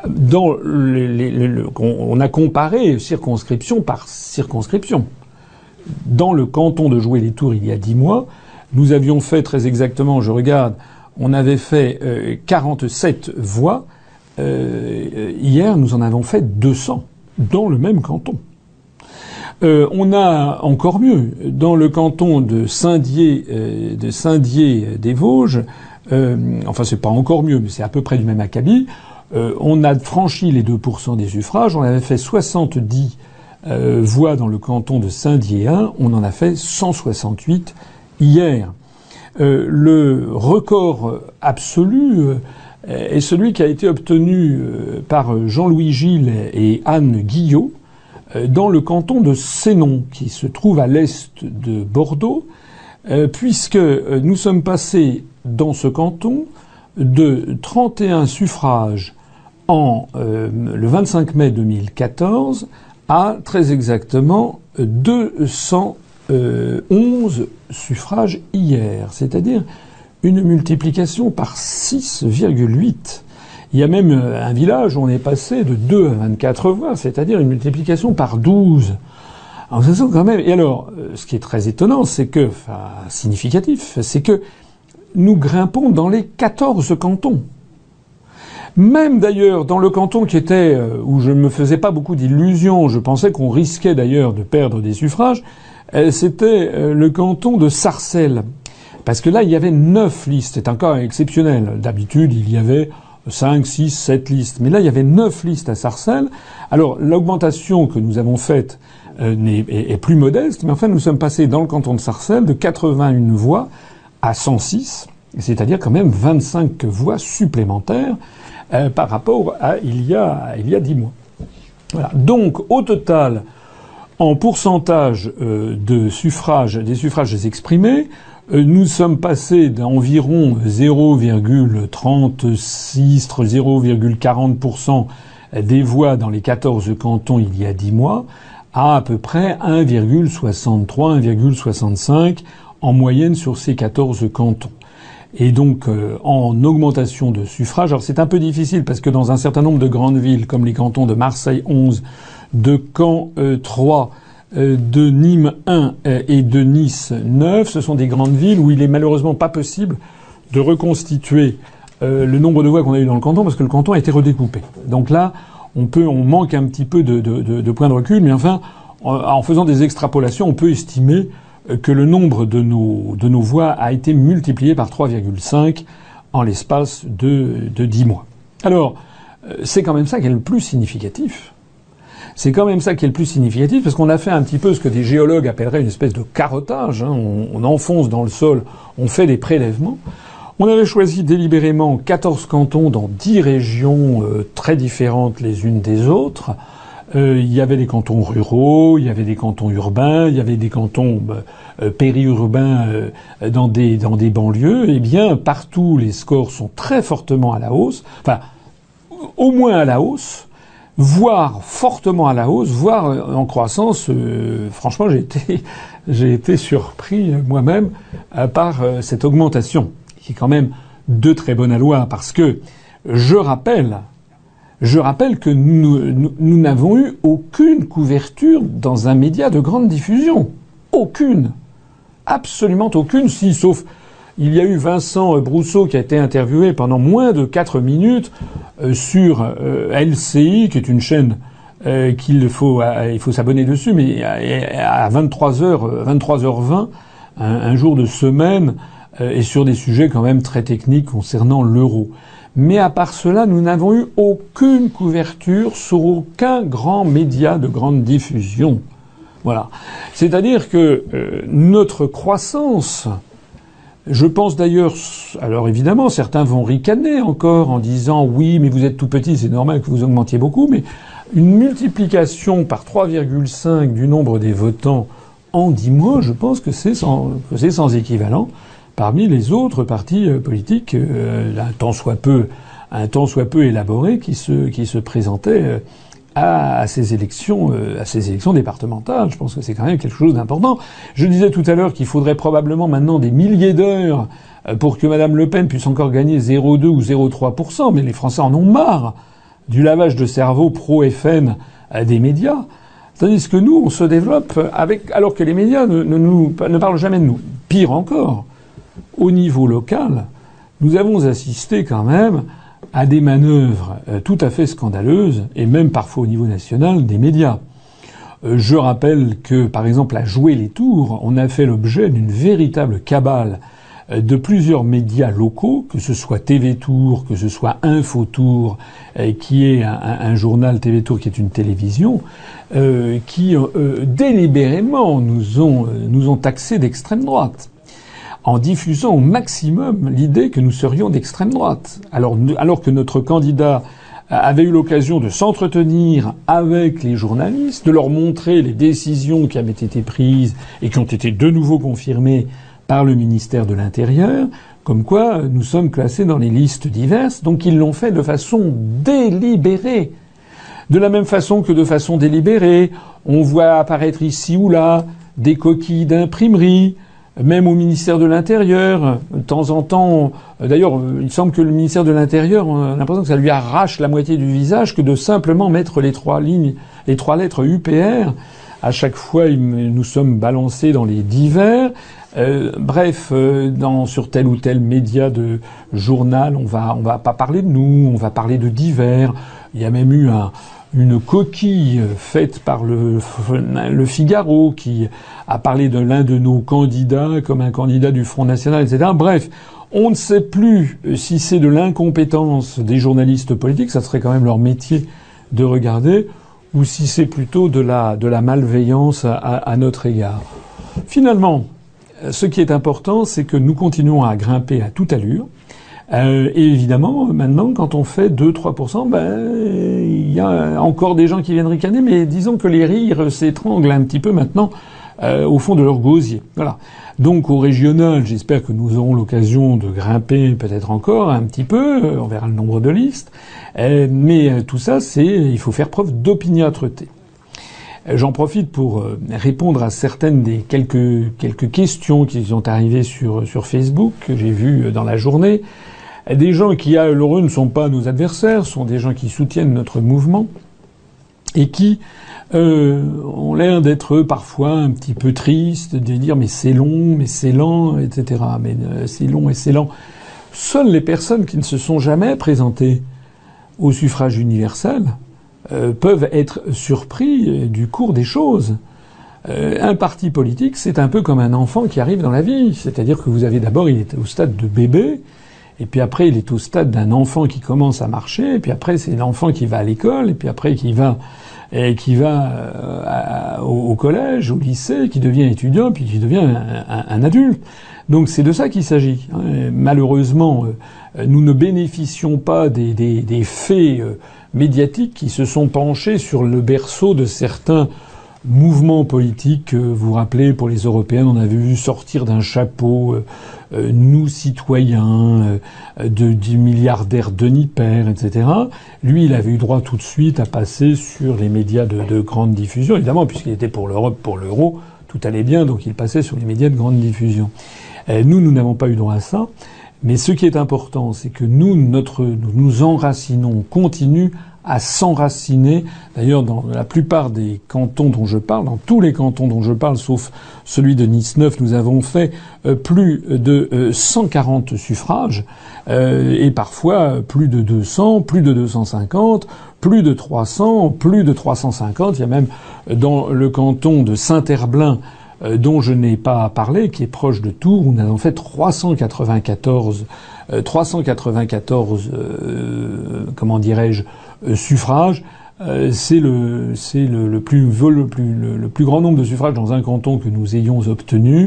On a comparé circonscription par circonscription. Dans le canton de Joué-les-Tours, il y a 10 mois, nous avions fait très exactement, je regarde, on avait fait 47 voix. Hier, nous en avons fait 200 dans le même canton. On a encore mieux dans le canton de Saint-Dié des Vosges. Enfin, c'est pas encore mieux, mais c'est à peu près du même acabit. On a franchi les 2% des suffrages. On avait fait 70 voix dans le canton de Saint-Dié 1. On en a fait 168 hier. Le record absolu est celui qui a été obtenu par Jean-Louis Gilles et Anne Guillot dans le canton de Sénon, qui se trouve à l'est de Bordeaux, puisque nous sommes passés dans ce canton de 31 suffrages le 25 mai 2014 à très exactement 211 suffrages hier, c'est-à-dire une multiplication par 6,8. Il y a même un village où on est passé de 2 à 24 voix, c'est-à-dire une multiplication par 12. Alors ça quand même. Et alors, ce qui est très étonnant, c'est que, enfin significatif, c'est que nous grimpons dans les 14 cantons. Même d'ailleurs dans le canton qui était où je ne me faisais pas beaucoup d'illusions, je pensais qu'on risquait d'ailleurs de perdre des suffrages, c'était le canton de Sarcelles. Parce que là, il y avait 9 listes. C'est un cas exceptionnel. D'habitude, il y avait 5, 6, 7 listes. Mais là, il y avait 9 listes à Sarcelles. Alors, l'augmentation que nous avons faite est plus modeste, mais enfin, nous sommes passés dans le canton de Sarcelles de 81 voix à 106, c'est-à-dire quand même 25 voix supplémentaires par rapport à il y a 10 mois. Voilà. Donc, au total, en pourcentage de suffrages, des suffrages exprimés, nous sommes passés d'environ 0,36, 0,40% des voix dans les 14 cantons il y a 10 mois à peu près 1,63, 1,65 en moyenne sur ces 14 cantons. Et donc, en augmentation de suffrages, alors c'est un peu difficile parce que dans un certain nombre de grandes villes, comme les cantons de Marseille 11, de Caen 3, de Nîmes 1 et de Nice 9, ce sont des grandes villes où il est malheureusement pas possible de reconstituer le nombre de voix qu'on a eu dans le canton parce que le canton a été redécoupé. Donc là, on manque un petit peu de points de recul, mais enfin, en faisant des extrapolations, on peut estimer que le nombre de nos voix a été multiplié par 3,5 en l'espace de 10 mois. Alors, c'est quand même ça qui est le plus significatif. C'est quand même ça qui est le plus significatif, parce qu'on a fait un petit peu ce que des géologues appelleraient une espèce de carottage. Hein. On enfonce dans le sol, on fait des prélèvements. On avait choisi délibérément 14 cantons dans 10 régions très différentes les unes des autres. Il y avait des cantons ruraux, il y avait des cantons urbains, il y avait des cantons périurbains dans des banlieues. Eh bien, partout, les scores sont très fortement à la hausse. Enfin, au moins à la hausse, voire fortement à la hausse, voire en croissance. Franchement, j'ai été surpris moi-même par cette augmentation, qui est quand même de très bonne aloi, parce que je rappelle que nous n'avons eu aucune couverture dans un média de grande diffusion. Aucune. Absolument aucune, si, sauf il y a eu Vincent Brousseau qui a été interviewé pendant moins de 4 minutes sur LCI, qui est une chaîne il faut s'abonner dessus, mais à 23h20, un jour de semaine, et sur des sujets quand même très techniques concernant l'euro. Mais à part cela, nous n'avons eu aucune couverture sur aucun grand média de grande diffusion. Voilà. C'est-à-dire que notre croissance, je pense d'ailleurs, alors évidemment, certains vont ricaner encore en disant oui, mais vous êtes tout petit, c'est normal que vous augmentiez beaucoup, mais une multiplication par 3,5 du nombre des votants en 10 mois, je pense que c'est sans équivalent parmi les autres partis politiques, un tant soit peu élaborés qui se présentaient à ces élections départementales. Je pense que c'est quand même quelque chose d'important. Je disais tout à l'heure qu'il faudrait probablement maintenant des milliers d'heures pour que Madame Le Pen puisse encore gagner 0,2 ou 0,3%, mais les Français en ont marre du lavage de cerveau pro-FN des médias. Tandis que nous, on se développe alors que les médias ne parlent jamais de nous. Pire encore, au niveau local, nous avons assisté quand même à des manœuvres tout à fait scandaleuses, et même parfois au niveau national, des médias. Je rappelle que, par exemple, à Jouer les Tours, on a fait l'objet d'une véritable cabale de plusieurs médias locaux, que ce soit TV Tour, que ce soit Info Tour, qui est un journal, TV Tour qui est une télévision, qui délibérément nous ont taxés d'extrême droite, en diffusant au maximum l'idée que nous serions d'extrême droite. Alors que notre candidat avait eu l'occasion de s'entretenir avec les journalistes, de leur montrer les décisions qui avaient été prises et qui ont été de nouveau confirmées par le ministère de l'Intérieur, comme quoi nous sommes classés dans les listes diverses. Donc ils l'ont fait de façon délibérée. De la même façon que de façon délibérée, on voit apparaître ici ou là des coquilles d'imprimerie, même au ministère de l'Intérieur, de temps en temps. D'ailleurs, il semble que le ministère de l'Intérieur, on a l'impression que ça lui arrache la moitié du visage que de simplement mettre les 3 lettres UPR. À chaque fois, nous sommes balancés dans les divers. Sur tel ou tel média de journal, on va pas parler de nous, on va parler de divers. Il y a même eu une coquille faite par le Figaro qui a parlé de l'un de nos candidats comme un candidat du Front National, etc. Bref, on ne sait plus si c'est de l'incompétence des journalistes politiques, ça serait quand même leur métier de regarder, ou si c'est plutôt de la malveillance à notre égard. Finalement, ce qui est important, c'est que nous continuons à grimper à toute allure. Et évidemment, maintenant, quand on fait 2-3%, il y a encore des gens qui viennent ricaner, mais disons que les rires s'étranglent un petit peu maintenant au fond de leur gosier. Voilà. Donc au régional, j'espère que nous aurons l'occasion de grimper peut-être encore un petit peu, on verra le nombre de listes. Mais tout ça, il faut faire preuve d'opiniâtreté. J'en profite pour répondre à certaines des quelques questions qui sont arrivées sur Facebook, que j'ai vues dans la journée. Des gens qui, alors eux, ne sont pas nos adversaires, sont des gens qui soutiennent notre mouvement et qui ont l'air d'être parfois un petit peu tristes, de dire mais c'est long, mais c'est lent, etc. Mais c'est long et c'est lent. Seules les personnes qui ne se sont jamais présentées au suffrage universel peuvent être surpris du cours des choses. Un parti politique, c'est un peu comme un enfant qui arrive dans la vie. C'est-à-dire que vous avez d'abord, il est au stade de bébé, et puis après, il est au stade d'un enfant qui commence à marcher, et puis après, c'est l'enfant qui va à l'école, et puis après, qui va au collège, au lycée, qui devient étudiant, puis qui devient un adulte. Donc c'est de ça qu'il s'agit. Malheureusement, nous ne bénéficions pas des faits médiatiques qui se sont penchés sur le berceau de certains mouvements politiques. Vous vous rappelez, pour les Européennes, on avait vu sortir d'un chapeau nous citoyens du milliardaire Denis Père, etc. Lui, il avait eu droit tout de suite à passer sur les médias de grande diffusion, évidemment, puisqu'il était pour l'Europe, pour l'euro, tout allait bien, donc il passait sur les médias de grande diffusion. Nous n'avons pas eu droit à ça. Mais ce qui est important, c'est que nous nous enracinons, on continue à s'enraciner. D'ailleurs, dans la plupart des cantons dont je parle, dans tous les cantons dont je parle, sauf celui de Nice 9, nous avons fait plus de 140 suffrages, et parfois plus de 200, plus de 250, plus de 300, plus de 350. Il y a même dans le canton de Saint-Herblain, dont je n'ai pas parlé, qui est proche de Tours, où nous avons fait 394 comment dirais-je, suffrages. C'est le plus grand nombre de suffrages dans un canton que nous ayons obtenu.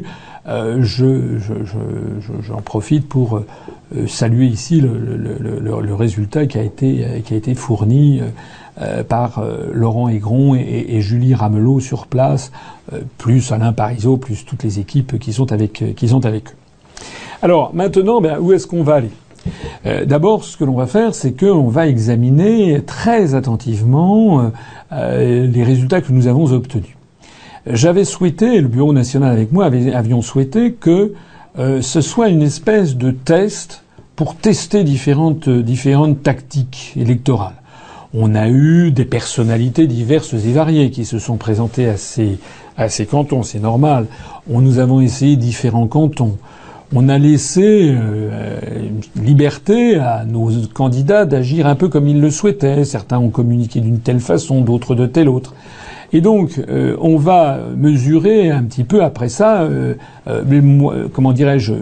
J'en profite pour saluer ici le résultat qui a été fourni par Laurent Aigron et Julie Ramelot sur place, plus Alain Parizeau, plus toutes les équipes qui sont avec eux. Alors maintenant, où est-ce qu'on va aller ? D'abord, ce que l'on va faire, c'est qu'on va examiner très attentivement les résultats que nous avons obtenus. J'avais souhaité, le Bureau national avec moi avions souhaité que ce soit une espèce de test pour tester différentes tactiques électorales. On a eu des personnalités diverses et variées qui se sont présentées à ces cantons, c'est normal. Nous avons essayé différents cantons. On a laissé liberté à nos candidats d'agir un peu comme ils le souhaitaient. Certains ont communiqué d'une telle façon, d'autres de telle autre. Et donc, on va mesurer un petit peu après ça, comment dirais-je,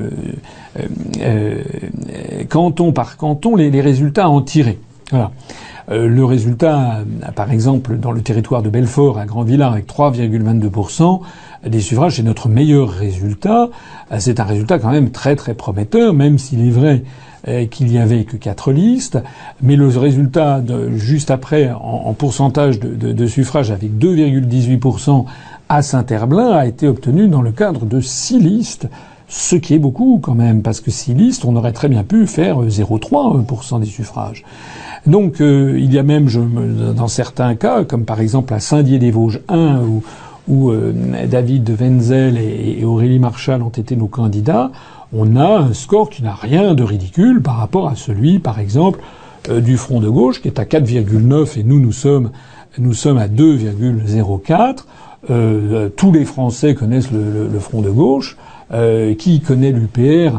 canton par canton, les résultats à en tirer. Voilà. Le résultat, par exemple, dans le territoire de Belfort, à Grand-Villard, avec 3,22% des suffrages, c'est notre meilleur résultat. C'est un résultat quand même très très prometteur, même s'il est vrai qu'il n'y avait que 4 listes. Mais le résultat juste après, en pourcentage de suffrages, avec 2,18% à Saint-Herblain, a été obtenu dans le cadre de 6 listes. Ce qui est beaucoup quand même, parce que 6 listes, on aurait très bien pu faire 0,3% des suffrages. Donc il y a même, dans certains cas, comme par exemple à Saint-Dié-des-Vosges 1, où David de Wenzel et Aurélie Marchal ont été nos candidats, on a un score qui n'a rien de ridicule par rapport à celui, par exemple, du Front de gauche, qui est à 4,9 et nous sommes à 2,04. Tous les Français connaissent le Front de gauche. Qui connaît l'UPR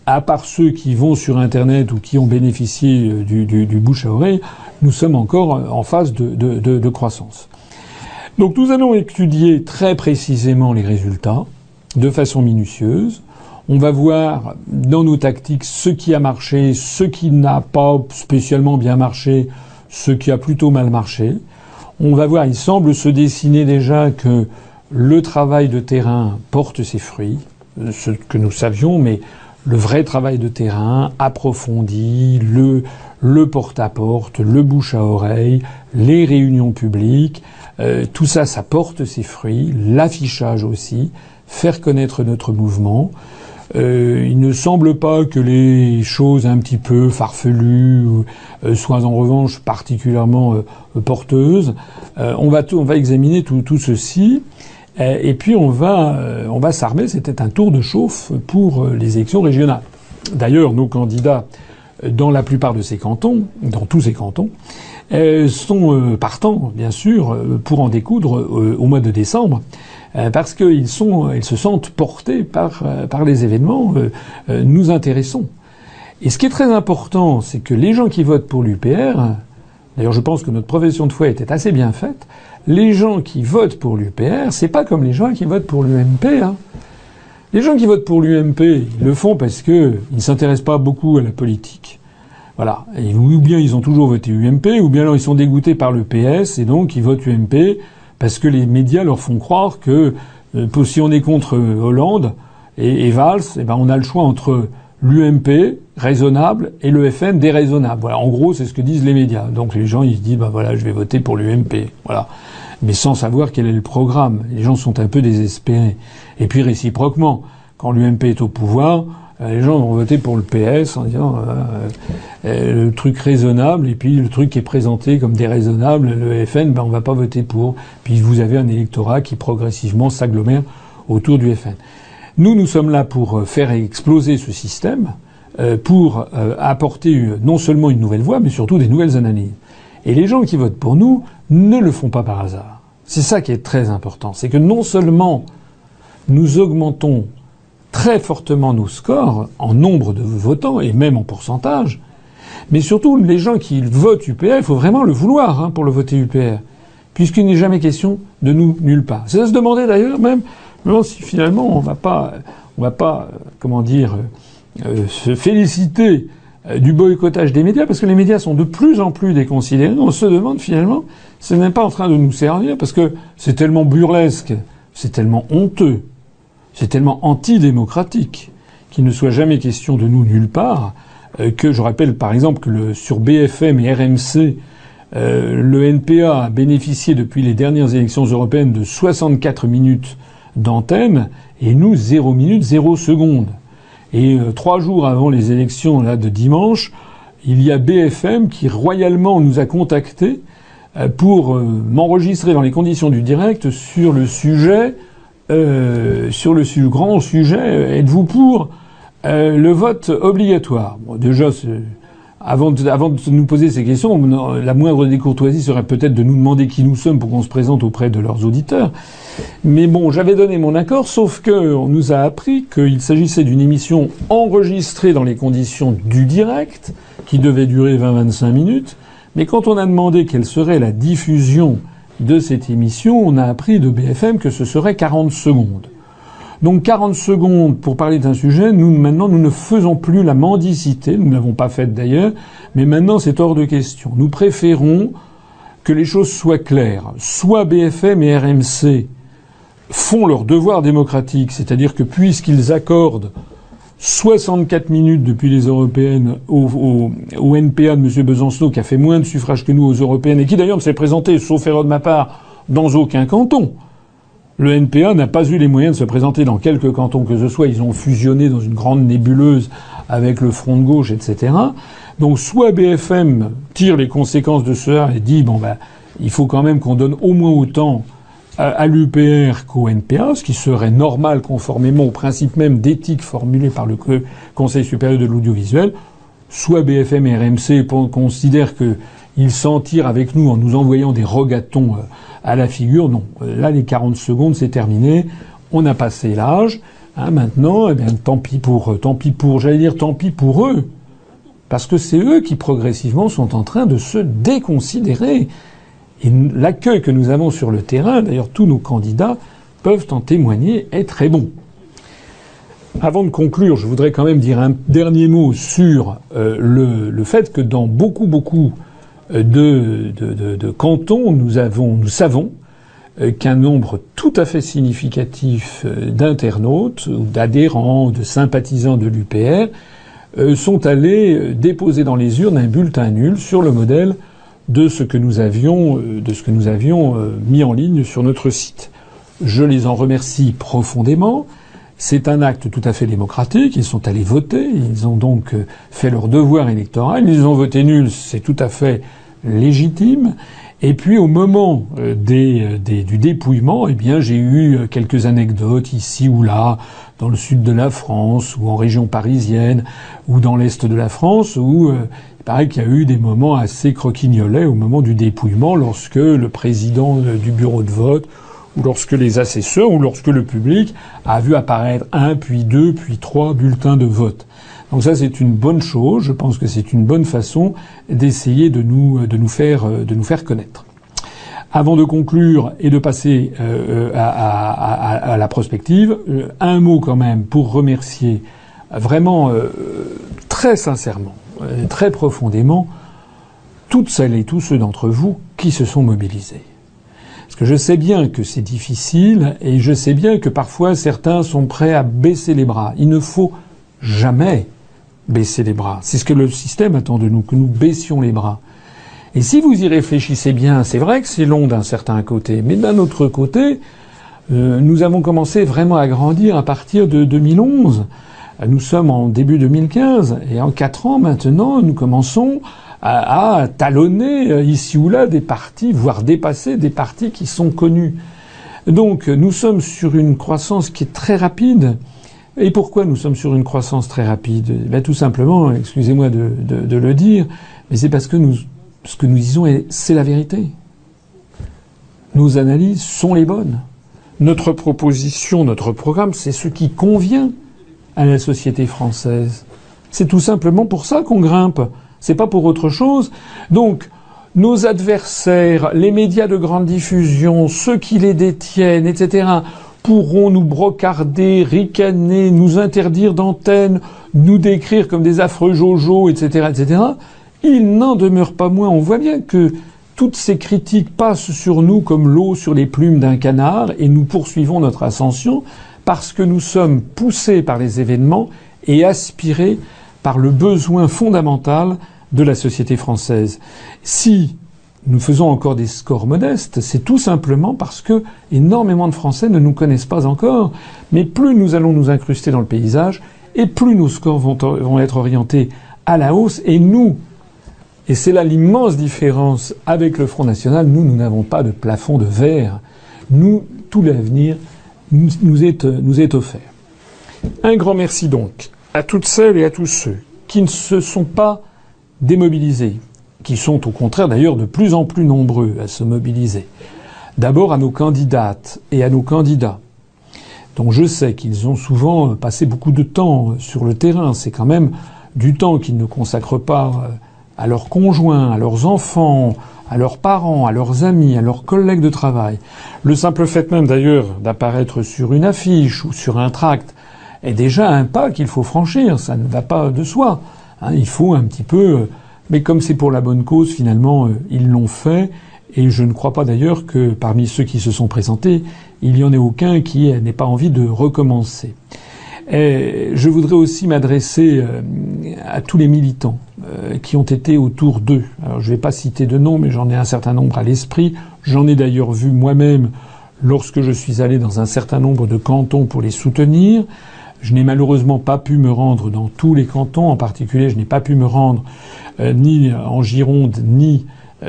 à part ceux qui vont sur Internet ou qui ont bénéficié du bouche à oreille, nous sommes encore en phase de croissance. Donc nous allons étudier très précisément les résultats de façon minutieuse. On va voir dans nos tactiques ce qui a marché, ce qui n'a pas spécialement bien marché, ce qui a plutôt mal marché. On va voir, il semble se dessiner déjà que le travail de terrain porte ses fruits, ce que nous savions, mais le vrai travail de terrain approfondi, le porte-à-porte, le bouche à oreille, les réunions publiques, tout ça, ça porte ses fruits, l'affichage aussi, faire connaître notre mouvement. Il ne semble pas que les choses un petit peu farfelues soient en revanche particulièrement porteuses. On va examiner tout ceci. Et puis on va s'armer. C'était un tour de chauffe pour les élections régionales. D'ailleurs, nos candidats dans la plupart de ces cantons, dans tous ces cantons, sont partants, bien sûr, pour en découdre au mois de décembre, parce qu'ils se sentent portés par les événements nous intéressons. Et ce qui est très important, c'est que les gens qui votent pour l'UPR, d'ailleurs je pense que notre profession de foi était assez bien faite, les gens qui votent pour l'UPR, c'est pas comme les gens qui votent pour l'UMP, hein. Les gens qui votent pour l'UMP, ils le font parce que ils ne s'intéressent pas beaucoup à la politique. Voilà. Et ou bien ils ont toujours voté UMP, ou bien alors ils sont dégoûtés par le PS, et donc ils votent UMP parce que les médias leur font croire que si on est contre Hollande et Valls, eh ben on a le choix entre l'UMP raisonnable et le FN déraisonnable. Voilà, en gros, c'est ce que disent les médias. Donc les gens, ils se disent, bah voilà, je vais voter pour l'UMP. Voilà. Mais sans savoir quel est le programme. Les gens sont un peu désespérés. Et puis réciproquement, quand l'UMP est au pouvoir, les gens vont voter pour le PS en disant le truc raisonnable, et puis le truc qui est présenté comme déraisonnable, le FN, ben on va pas voter pour. Puis vous avez un électorat qui progressivement s'agglomère autour du FN. Nous sommes là pour faire exploser ce système, pour apporter non seulement une nouvelle voie, mais surtout des nouvelles analyses. Et les gens qui votent pour nous ne le font pas par hasard. C'est ça qui est très important. C'est que non seulement nous augmentons très fortement nos scores en nombre de votants et même en pourcentage, mais surtout les gens qui votent UPR, il faut vraiment le vouloir pour le voter UPR, puisqu'il n'est jamais question de nous nulle part. C'est à se demander d'ailleurs même si finalement on va pas comment dire se féliciter du boycottage des médias, parce que les médias sont de plus en plus déconsidérés. On se demande finalement, c'est même pas en train de nous servir, parce que c'est tellement burlesque, c'est tellement honteux, c'est tellement antidémocratique qu'il ne soit jamais question de nous nulle part, que je rappelle par exemple que sur BFM et RMC, le NPA a bénéficié depuis les dernières élections européennes de 64 minutes d'antenne, et nous 0 minutes 0 secondes. Et 3 jours avant les élections là de dimanche, il y a BFM qui royalement nous a contactés pour m'enregistrer dans les conditions du direct sur le sujet, grand sujet, êtes-vous pour le vote obligatoire? Bon, déjà, avant de nous poser ces questions, la moindre des courtoisies serait peut-être de nous demander qui nous sommes pour qu'on se présente auprès de leurs auditeurs. Mais bon, j'avais donné mon accord, sauf qu'on nous a appris qu'il s'agissait d'une émission enregistrée dans les conditions du direct, qui devait durer 20-25 minutes. Mais quand on a demandé quelle serait la diffusion de cette émission, on a appris de BFM que ce serait 40 secondes. Donc 40 secondes pour parler d'un sujet, maintenant nous ne faisons plus la mendicité, nous ne l'avons pas faite d'ailleurs, mais maintenant c'est hors de question. Nous préférons que les choses soient claires. Soit BFM et RMC font leur devoir démocratique, c'est-à-dire que puisqu'ils accordent 64 minutes depuis les européennes au NPA de M. Besancenot, qui a fait moins de suffrages que nous aux européennes, et qui d'ailleurs ne s'est présenté, sauf erreur de ma part, dans aucun canton. Le NPA n'a pas eu les moyens de se présenter dans quelques cantons que ce soit. Ils ont fusionné dans une grande nébuleuse avec le Front de gauche, etc. Donc soit BFM tire les conséquences de cela et dit il faut quand même qu'on donne au moins autant à l'UPR qu'au NPA, ce qui serait normal conformément au principe même d'éthique formulé par le Conseil supérieur de l'audiovisuel. Soit BFM et RMC considèrent qu'ils s'en tirent avec nous en nous envoyant des rogatons à la figure. Non. Là, les 40 secondes, c'est terminé. On a passé l'âge. Maintenant, eh bien, tant pis pour, tant pis pour eux. Parce que c'est eux qui, progressivement, sont en train de se déconsidérer. Et l'accueil que nous avons sur le terrain, d'ailleurs, tous nos candidats peuvent en témoigner, est très bon. Avant de conclure, je voudrais quand même dire un dernier mot sur le fait que dans beaucoup de cantons, nous savons qu'un nombre tout à fait significatif d'internautes, ou d'adhérents, de sympathisants de l'UPR sont allés déposer dans les urnes un bulletin nul sur le modèle de ce que nous avions mis en ligne sur notre site. Je les en remercie profondément. C'est un acte tout à fait démocratique. Ils sont allés voter. Ils ont donc fait leur devoir électoral. Ils ont voté nul. C'est tout à fait légitime. Et puis au moment du dépouillement, eh bien j'ai eu quelques anecdotes ici ou là, dans le sud de la France, ou en région parisienne, ou dans l'est de la France, où il paraît qu'il y a eu des moments assez croquignolets au moment du dépouillement, lorsque le président du bureau de vote, ou lorsque les assesseurs, ou lorsque le public a vu apparaître 1, puis 2, puis 3 bulletins de vote. Donc ça, c'est une bonne chose. Je pense que c'est une bonne façon d'essayer de nous faire connaître. Avant de conclure et de passer à la prospective, un mot quand même pour remercier vraiment très sincèrement, très profondément, toutes celles et tous ceux d'entre vous qui se sont mobilisés. Parce que je sais bien que c'est difficile et je sais bien que parfois certains sont prêts à baisser les bras. Il ne faut jamais baisser les bras. C'est ce que le système attend de nous, que nous baissions les bras. Et si vous y réfléchissez bien, c'est vrai que c'est long d'un certain côté, mais d'un autre côté, nous avons commencé vraiment à grandir à partir de 2011. Nous sommes en début 2015 et en 4 ans maintenant, nous commençons à talonner ici ou là des partis, voire dépasser des partis qui sont connus. Donc nous sommes sur une croissance qui est très rapide. Et pourquoi nous sommes sur une croissance très rapide ? Ben, tout simplement, excusez-moi de le dire, mais c'est parce que ce que nous disons, c'est la vérité. Nos analyses sont les bonnes. Notre proposition, notre programme, c'est ce qui convient à la société française. C'est tout simplement pour ça qu'on grimpe. C'est pas pour autre chose. Donc, nos adversaires, les médias de grande diffusion, ceux qui les détiennent, etc., pourront nous brocarder, ricaner, nous interdire d'antenne, nous décrire comme des affreux jojo, etc., etc. Il n'en demeure pas moins. On voit bien que toutes ces critiques passent sur nous comme l'eau sur les plumes d'un canard et nous poursuivons notre ascension parce que nous sommes poussés par les événements et aspirés par le besoin fondamental de la société française. Si nous faisons encore des scores modestes, c'est tout simplement parce que énormément de Français ne nous connaissent pas encore. Mais plus nous allons nous incruster dans le paysage, et plus nos scores vont être orientés à la hausse. Et nous, et c'est là l'immense différence avec le Front National, nous n'avons pas de plafond de verre. Nous, tout l'avenir nous est offert. Un grand merci donc à toutes celles et à tous ceux qui ne se sont pas démobilisés, qui sont au contraire d'ailleurs de plus en plus nombreux à se mobiliser. D'abord à nos candidates et à nos candidats, dont je sais qu'ils ont souvent passé beaucoup de temps sur le terrain. C'est quand même du temps qu'ils ne consacrent pas à leurs conjoints, à leurs enfants, à leurs parents, à leurs amis, à leurs collègues de travail. Le simple fait même d'ailleurs d'apparaître sur une affiche ou sur un tract est déjà un pas qu'il faut franchir. Ça ne va pas de soi. Il faut un petit peu... Mais comme c'est pour la bonne cause, finalement, ils l'ont fait. Et je ne crois pas d'ailleurs que parmi ceux qui se sont présentés, il n'y en ait aucun qui n'ait pas envie de recommencer. Et je voudrais aussi m'adresser à tous les militants qui ont été autour d'eux. Alors je ne vais pas citer de noms, mais j'en ai un certain nombre à l'esprit. J'en ai d'ailleurs vu moi-même lorsque je suis allé dans un certain nombre de cantons pour les soutenir. Je n'ai malheureusement pas pu me rendre dans tous les cantons. En particulier, je n'ai pas pu me rendre ni en Gironde, ni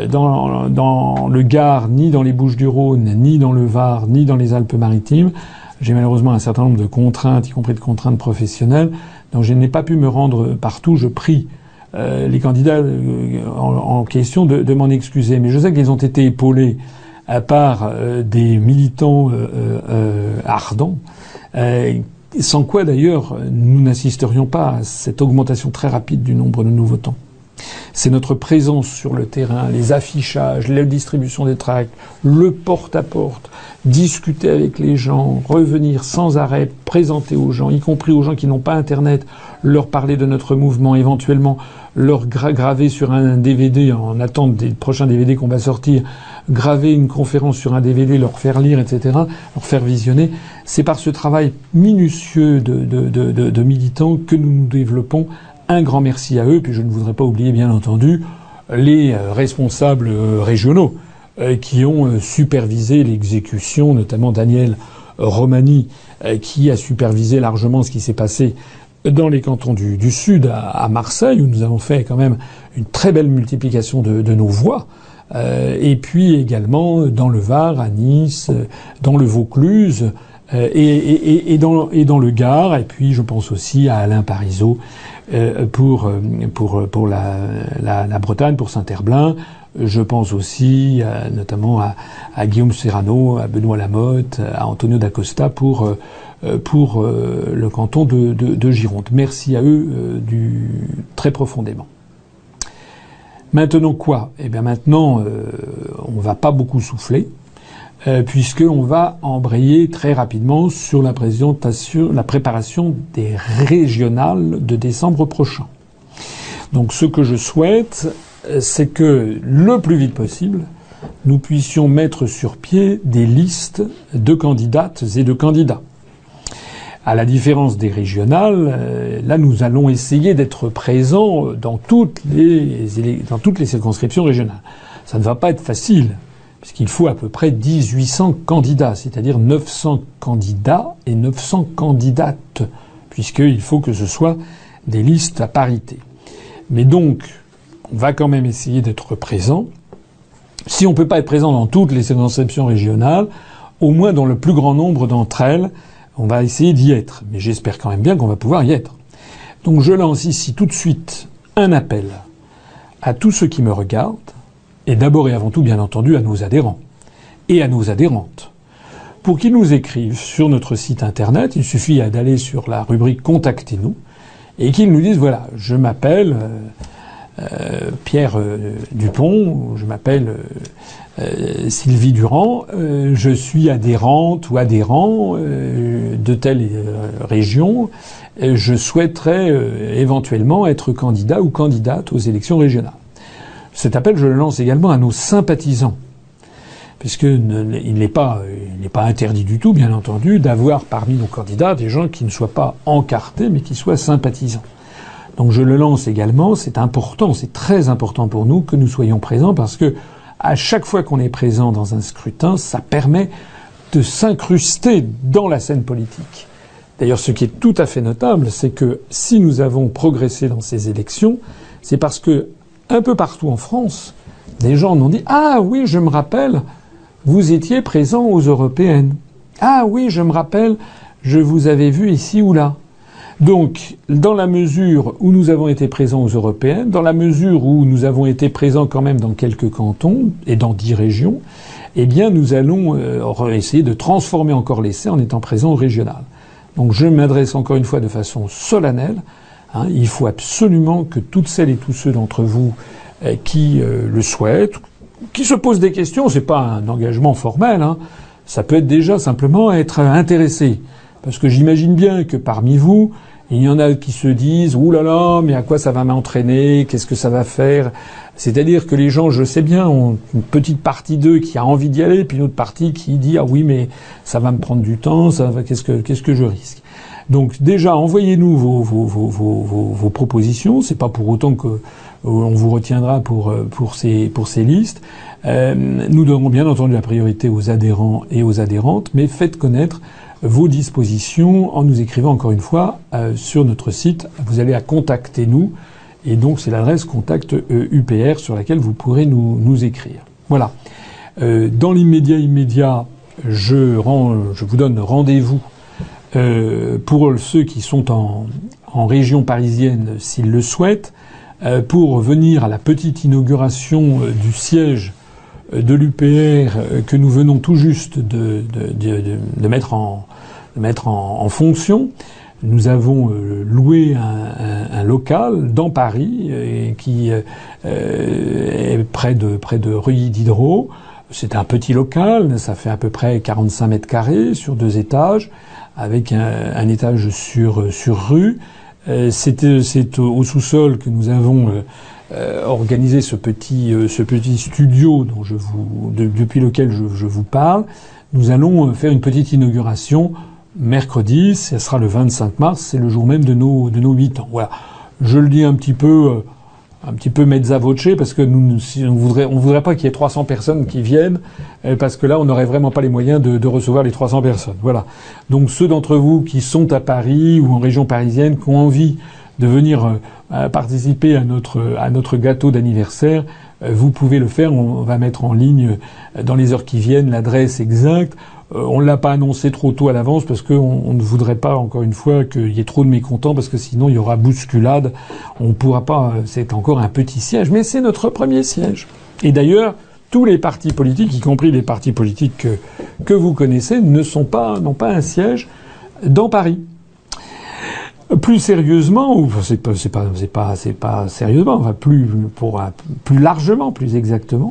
dans le Gard, ni dans les Bouches-du-Rhône, ni dans le Var, ni dans les Alpes-Maritimes. J'ai malheureusement un certain nombre de contraintes, y compris de contraintes professionnelles. Donc je n'ai pas pu me rendre partout. Je prie les candidats en question de m'en excuser. Mais je sais qu'ils ont été épaulés par des militants ardents. sans quoi d'ailleurs nous n'assisterions pas à cette augmentation très rapide du nombre de nouveaux votants. C'est notre présence sur le terrain, les affichages, la distribution des tracts, le porte-à-porte, discuter avec les gens, revenir sans arrêt, présenter aux gens, y compris aux gens qui n'ont pas Internet, leur parler de notre mouvement, éventuellement leur graver sur un DVD en attente des prochains DVD qu'on va sortir, graver une conférence sur un DVD, leur faire lire, etc., leur faire visionner. C'est par ce travail minutieux de militants que nous nous développons. Un grand merci à eux, puis je ne voudrais pas oublier, bien entendu, les responsables régionaux qui ont supervisé l'exécution, notamment Daniel Romani, qui a supervisé largement ce qui s'est passé dans les cantons du Sud, à Marseille, où nous avons fait quand même une très belle multiplication de nos voix, et puis également dans le Var, à Nice, dans le Vaucluse, et dans le Gard, et puis je pense aussi à Alain Parizeau pour la Bretagne, pour Saint-Herblain. Je pense aussi notamment à Guillaume Serrano, à Benoît Lamotte, à Antonio d'Acosta pour le canton de Gironde. Merci à eux très profondément. Maintenant quoi ? Eh bien maintenant, on va pas beaucoup souffler, puisqu'on va embrayer très rapidement sur la préparation des régionales de décembre prochain. Donc ce que je souhaite, c'est que le plus vite possible, nous puissions mettre sur pied des listes de candidates et de candidats. À la différence des régionales, là nous allons essayer d'être présents dans toutes les circonscriptions régionales. Ça ne va pas être facile, puisqu'il faut à peu près 1800 candidats, c'est-à-dire 900 candidats et 900 candidates, puisqu'il faut que ce soit des listes à parité. Mais donc, on va quand même essayer d'être présent. Si on ne peut pas être présent dans toutes les circonscriptions régionales, au moins dans le plus grand nombre d'entre elles, on va essayer d'y être. Mais j'espère quand même bien qu'on va pouvoir y être. Donc je lance ici tout de suite un appel à tous ceux qui me regardent, et d'abord et avant tout, bien entendu, à nos adhérents et à nos adhérentes, pour qu'ils nous écrivent sur notre site internet. Il suffit d'aller sur la rubrique « Contactez-nous » et qu'ils nous disent « Voilà, je m'appelle Pierre Dupont, je m'appelle Sylvie Durand, je suis adhérente ou adhérent de telle région, je souhaiterais éventuellement être candidat ou candidate aux élections régionales. » Cet appel, je le lance également à nos sympathisants, puisqu'il n'est pas interdit du tout, bien entendu, d'avoir parmi nos candidats des gens qui ne soient pas encartés, mais qui soient sympathisants. Donc je le lance également, c'est important, c'est très important pour nous que nous soyons présents, parce que à chaque fois qu'on est présent dans un scrutin, ça permet de s'incruster dans la scène politique. D'ailleurs, ce qui est tout à fait notable, c'est que si nous avons progressé dans ces élections, c'est parce que un peu partout en France, des gens m'ont dit « Ah oui, je me rappelle, vous étiez présent aux européennes. Ah oui, je me rappelle, je vous avais vu ici ou là. » Donc, dans la mesure où nous avons été présents aux européennes, dans la mesure où nous avons été présents quand même dans quelques cantons et dans 10 régions, eh bien, nous allons essayer de transformer encore l'essai en étant présents au régional. Donc, je m'adresse encore une fois de façon solennelle. Il faut absolument que toutes celles et tous ceux d'entre vous qui le souhaitent, qui se posent des questions, c'est pas un engagement formel, ça peut être déjà simplement être intéressé. Parce que j'imagine bien que parmi vous, il y en a qui se disent « Ouh là là, mais à quoi ça va m'entraîner ? Qu'est-ce que ça va faire ?» C'est-à-dire que les gens, je sais bien, ont une petite partie d'eux qui a envie d'y aller, puis une autre partie qui dit « Ah oui, mais ça va me prendre du temps, qu'est-ce que je risque ?» Donc déjà, envoyez-nous vos propositions. C'est pas pour autant que on vous retiendra pour ces listes. Nous donnerons bien entendu la priorité aux adhérents et aux adhérentes, mais faites connaître vos dispositions en nous écrivant encore une fois sur notre site. Vous allez à Contactez-nous, et donc c'est l'adresse Contact UPR sur laquelle vous pourrez nous écrire. Voilà. Dans l'immédiat, je vous donne rendez-vous pour ceux qui sont en région parisienne, s'ils le souhaitent, pour venir à la petite inauguration du siège de l'UPR que nous venons tout juste de mettre mettre en fonction. Nous avons loué un local dans Paris qui est près de Reuilly Diderot. C'est un petit local, ça fait à peu près 45 mètres carrés sur 2 étages, avec un étage sur rue. C'est au sous-sol que nous avons organisé ce petit studio dont depuis lequel je vous parle. Nous allons faire une petite inauguration mercredi, ce sera le 25 mars, c'est le jour même de nos 8 ans. Voilà. Je le dis un petit peu mezza voce, parce que on voudrait pas qu'il y ait 300 personnes qui viennent, parce que là, on n'aurait vraiment pas les moyens de recevoir les 300 personnes. Voilà. Donc, ceux d'entre vous qui sont à Paris ou en région parisienne, qui ont envie de venir participer à notre gâteau d'anniversaire, vous pouvez le faire. On va mettre en ligne dans les heures qui viennent l'adresse exacte. On l'a pas annoncé trop tôt à l'avance parce qu'on ne voudrait pas, encore une fois, qu'il y ait trop de mécontents, parce que sinon il y aura bousculade. On pourra pas. C'est encore un petit siège, mais c'est notre premier siège. Et d'ailleurs, tous les partis politiques, y compris les partis politiques que vous connaissez, n'ont pas un siège dans Paris. Plus sérieusement, ou c'est pas sérieusement, enfin plus largement, plus exactement.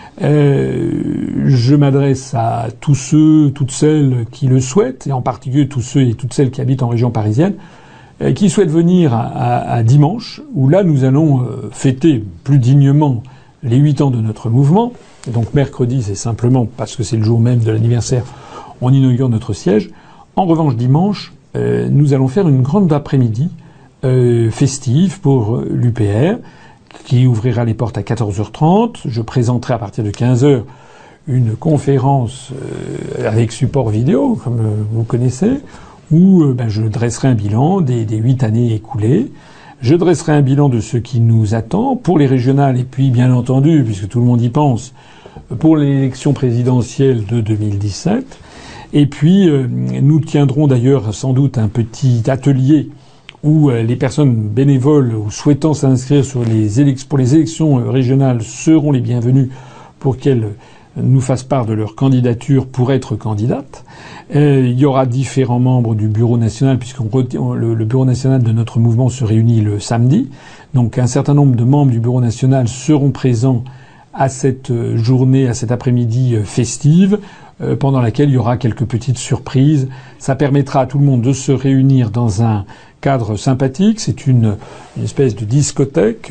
Je m'adresse à tous ceux, toutes celles qui le souhaitent, et en particulier tous ceux et toutes celles qui habitent en région parisienne, qui souhaitent venir à dimanche, où là nous allons fêter plus dignement les 8 ans de notre mouvement. Et donc mercredi, c'est simplement parce que c'est le jour même de l'anniversaire, on inaugure notre siège. En revanche, dimanche, nous allons faire une grande après-midi festive pour l'UPR, qui ouvrira les portes à 14h30. Je présenterai à partir de 15h une conférence avec support vidéo, comme vous connaissez, où je dresserai un bilan des 8 années écoulées. Je dresserai un bilan de ce qui nous attend pour les régionales, et puis bien entendu, puisque tout le monde y pense, pour l'élection présidentielle de 2017. Et puis nous tiendrons d'ailleurs sans doute un petit atelier où les personnes bénévoles ou souhaitant s'inscrire pour les élections régionales seront les bienvenues pour qu'elles nous fassent part de leur candidature pour être candidates. Il y aura différents membres du bureau national, le bureau national de notre mouvement se réunit le samedi. Donc un certain nombre de membres du bureau national seront présents à cette journée, à cet après-midi festive, pendant laquelle il y aura quelques petites surprises. Ça permettra à tout le monde de se réunir dans un cadre sympathique. C'est une espèce de discothèque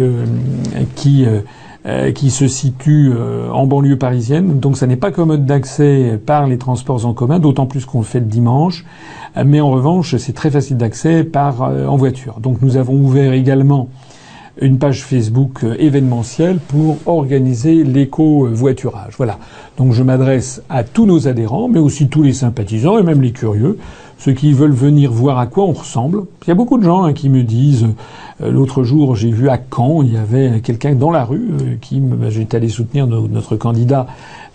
qui se situe en banlieue parisienne. Donc ça n'est pas commode d'accès par les transports en commun, d'autant plus qu'on le fait le dimanche. Mais en revanche, c'est très facile d'accès en voiture. Donc nous avons ouvert également une page Facebook événementielle pour organiser l'éco-voiturage. Voilà. Donc je m'adresse à tous nos adhérents, mais aussi tous les sympathisants et même les curieux, ceux qui veulent venir voir à quoi on ressemble. Il y a beaucoup de gens qui me disent, l'autre jour j'ai vu à Caen, il y avait quelqu'un dans la rue j'étais allé soutenir nos candidats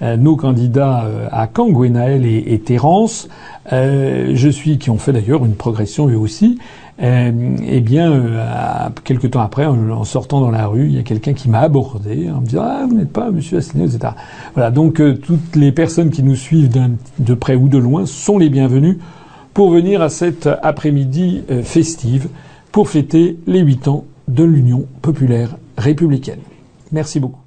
à Caen, Gwenaël et Terence, qui ont fait d'ailleurs une progression eux aussi. Quelque temps après, en sortant dans la rue, il y a quelqu'un qui m'a abordé en me disant « Ah, vous n'êtes pas Monsieur Asselineau, etc. » Voilà, donc toutes les personnes qui nous suivent de près ou de loin sont les bienvenues pour venir à cette après-midi festive pour fêter les 8 ans de l'Union populaire républicaine. Merci beaucoup.